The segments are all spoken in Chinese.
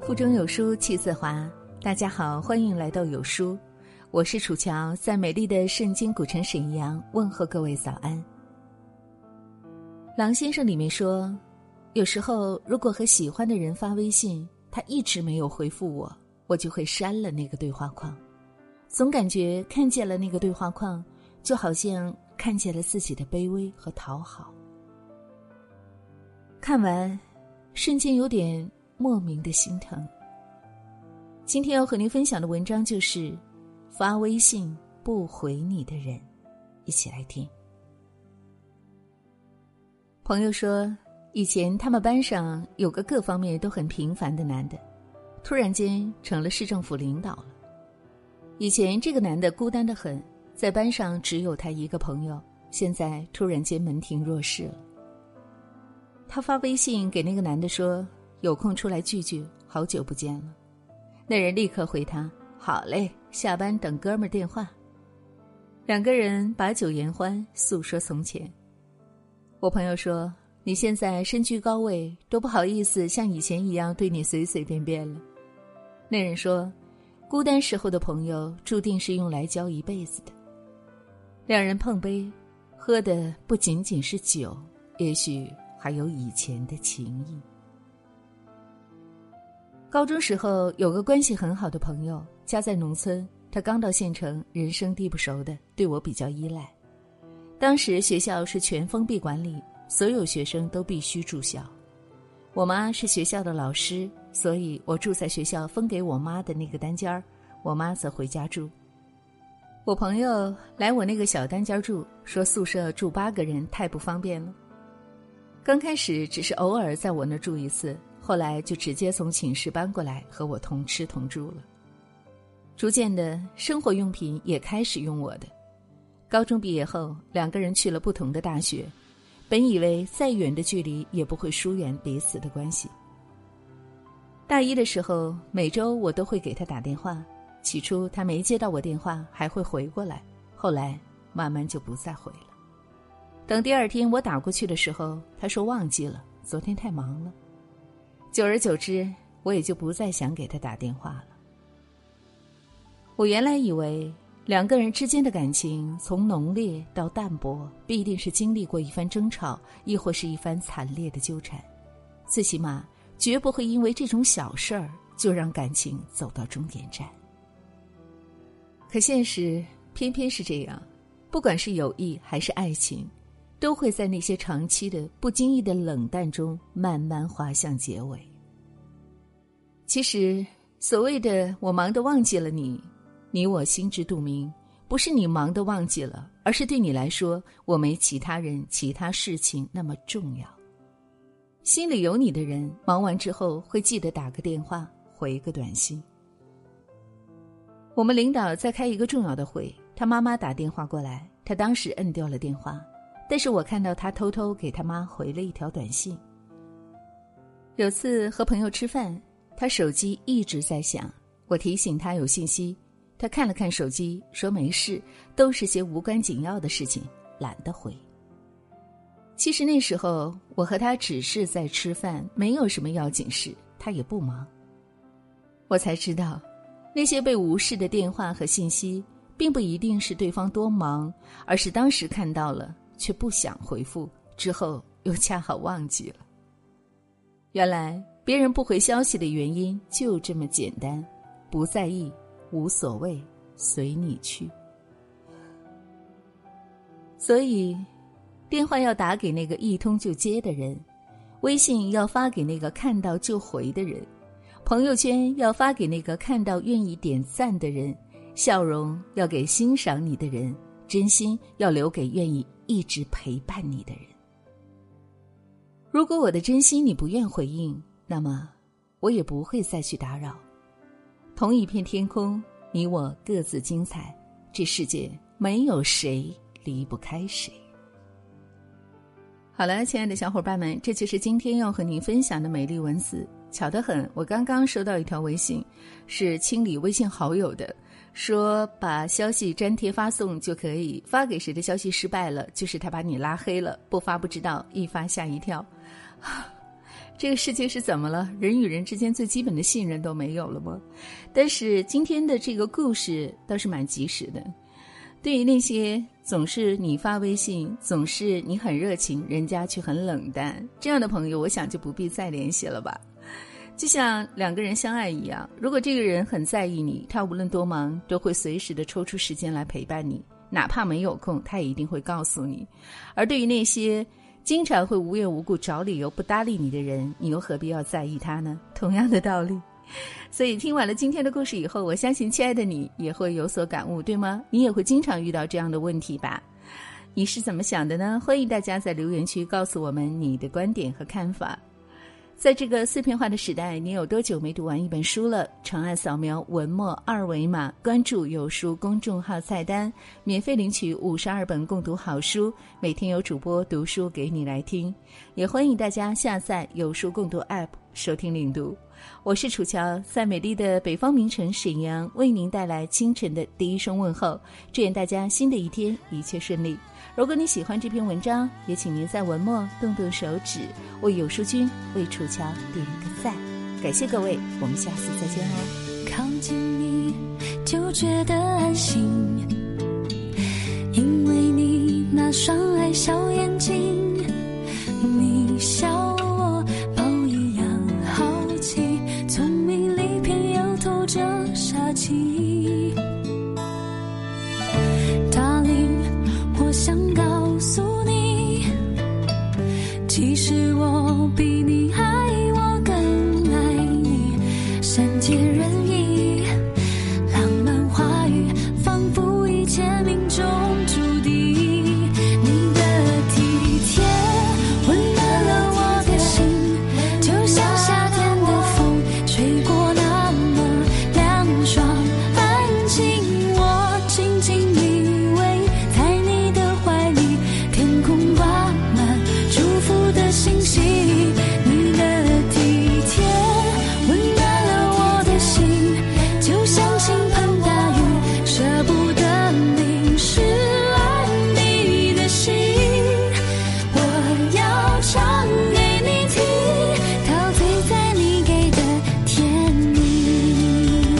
腹中有书气自华，大家好，欢迎来到有书，我是楚乔，在美丽的圣经古城沈阳问候各位早安。郎先生里面说，有时候如果和喜欢的人发微信，他一直没有回复我，我就会删了那个对话框，总感觉看见了那个对话框，就好像看见了自己的卑微和讨好。看完瞬间有点莫名的心疼。今天要和您分享的文章就是发微信不回你的人，一起来听。朋友说，以前他们班上有个各方面都很平凡的男的，突然间成了市政府领导了。以前这个男的孤单得很，在班上只有他一个朋友，现在突然间门庭若市了。他发微信给那个男的说，有空出来聚聚，好久不见了。那人立刻回他，好嘞，下班等哥们儿电话。两个人把酒言欢，诉说从前。我朋友说，你现在身居高位，都不好意思像以前一样对你随随便便了。那人说，孤单时候的朋友注定是用来交一辈子的。两人碰杯，喝的不仅仅是酒，也许还有以前的情谊。高中时候有个关系很好的朋友，家在农村，他刚到县城，人生地不熟的，对我比较依赖。当时学校是全封闭管理，所有学生都必须住校。我妈是学校的老师，所以我住在学校分给我妈的那个单间，我妈则回家住。我朋友来我那个小单间住，说宿舍住8个人太不方便了。刚开始只是偶尔在我那住一次，后来就直接从寝室搬过来和我同吃同住了。逐渐的，生活用品也开始用我的。高中毕业后，两个人去了不同的大学，本以为再远的距离也不会疏远彼此的关系。大一的时候，每周我都会给他打电话，起初他没接到我电话还会回过来，后来慢慢就不再回了。等第二天我打过去的时候，他说忘记了，昨天太忙了。久而久之，我也就不再想给他打电话了。我原来以为两个人之间的感情从浓烈到淡薄，必定是经历过一番争吵，亦或是一番惨烈的纠缠，最起码绝不会因为这种小事儿就让感情走到终点站。可现实偏偏是这样，不管是友谊还是爱情，都会在那些长期的不经意的冷淡中慢慢滑向结尾。其实所谓的我忙得忘记了你，你我心知肚明，不是你忙得忘记了，而是对你来说，我没其他人其他事情那么重要。心里有你的人，忙完之后会记得打个电话，回个短信。我们领导在开一个重要的会，他妈妈打电话过来，他当时摁掉了电话，但是我看到他偷偷给他妈回了一条短信。有次和朋友吃饭，他手机一直在响，我提醒他有信息，他看了看手机，说没事，都是些无关紧要的事情，懒得回。其实那时候我和他只是在吃饭，没有什么要紧事，他也不忙。我才知道，那些被无视的电话和信息，并不一定是对方多忙，而是当时看到了却不想回复，之后又恰好忘记了。原来别人不回消息的原因就这么简单，不在意，无所谓，随你去。所以电话要打给那个一通就接的人，微信要发给那个看到就回的人，朋友圈要发给那个看到愿意点赞的人，笑容要给欣赏你的人，真心要留给愿意一直陪伴你的人。如果我的真心你不愿回应，那么我也不会再去打扰。同一片天空，你我各自精彩，这世界没有谁离不开谁。好了，亲爱的小伙伴们，这就是今天要和您分享的美丽文字。巧得很，我刚刚收到一条微信，是清理微信好友的，说把消息粘贴发送就可以，发给谁的消息失败了，就是他把你拉黑了，不发不知道，一发吓一跳。 这个世界是怎么了？人与人之间最基本的信任都没有了吗？但是今天的这个故事倒是蛮及时的。对于那些总是你发微信，总是你很热情，人家却很冷淡，这样的朋友，我想就不必再联系了吧。就像两个人相爱一样，如果这个人很在意你，他无论多忙，都会随时的抽出时间来陪伴你，哪怕没有空，他也一定会告诉你。而对于那些经常会无缘无故找理由不搭理你的人，你又何必要在意他呢？同样的道理。所以听完了今天的故事以后，我相信亲爱的你也会有所感悟，对吗？你也会经常遇到这样的问题吧？你是怎么想的呢？欢迎大家在留言区告诉我们你的观点和看法。在这个碎片化的时代，你有多久没读完一本书了？长按扫描文末二维码，关注有书公众号菜单，免费领取52本共读好书，每天有主播读书给你来听。也欢迎大家下载有书共读 App 收听领读。我是楚乔，在美丽的北方名城沈阳为您带来清晨的第一声问候，祝愿大家新的一天一切顺利。如果你喜欢这篇文章，也请您在文末动动手指，为有书君为楚乔点个赞。感谢各位，我们下次再见哦。 靠近你就觉得安心，因为你那双爱笑眼睛，你笑我宝一样好奇，聪明里偏又透着傻气。Darling， 我想告诉你，其实我比你爱我更爱你，善解人意，浪漫话语，仿佛一切命中注定。你的体贴温暖了我的心，就像夏天的风吹过那么凉爽安静。我紧紧依偎在你的怀里，天空挂满祝福的星星。你的体贴温暖了我的心，就像倾盆大雨，舍不得淋湿爱你的心。我要唱给你听，陶醉在你给的甜蜜。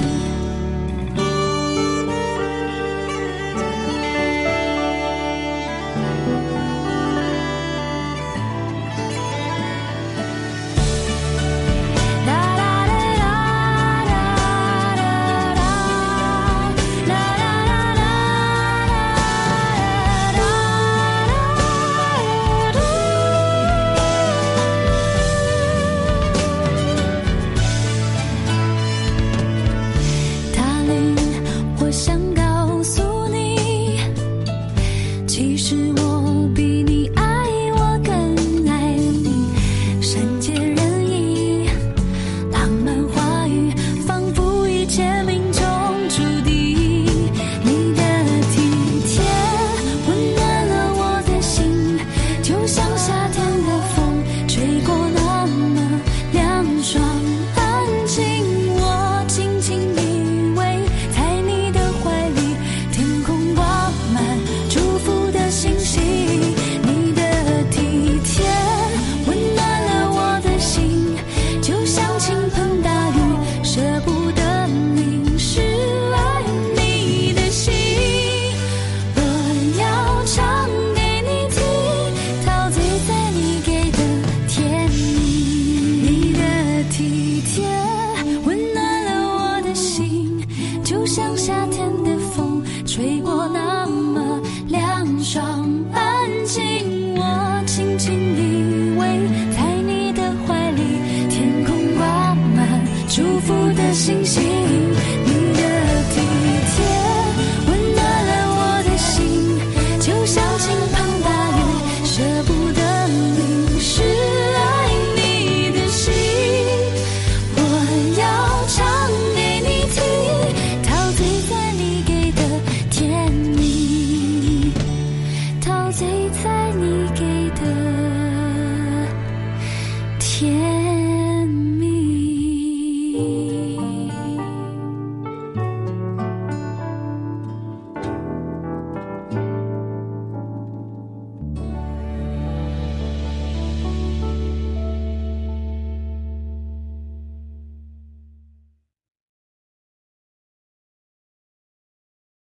啦啦啦啦啦啦啦啦Darling， 我想告诉你，其实我比你爱我更爱你，善解人意，浪漫话语，仿佛一切命中注定。你的体贴温暖了我的心，就像夏天的风吹过那么凉爽安静。我紧紧依偎在你的怀里，天空挂满祝福的星星。你的体贴温暖了我的心，就像倾盆大雨，舍不得淋湿爱你的心。我要唱给你听，陶醉在你给的甜蜜。你的体贴温暖了我的心，就像夏天的风吹过那么凉爽安静。我紧紧依偎在你的怀里，天空挂满祝福的星星。你的体贴温暖了我的心，就像倾盆大雨，舍不得淋湿爱你的心。我要唱给你听，陶醉在你给的甜蜜，陶醉在你给的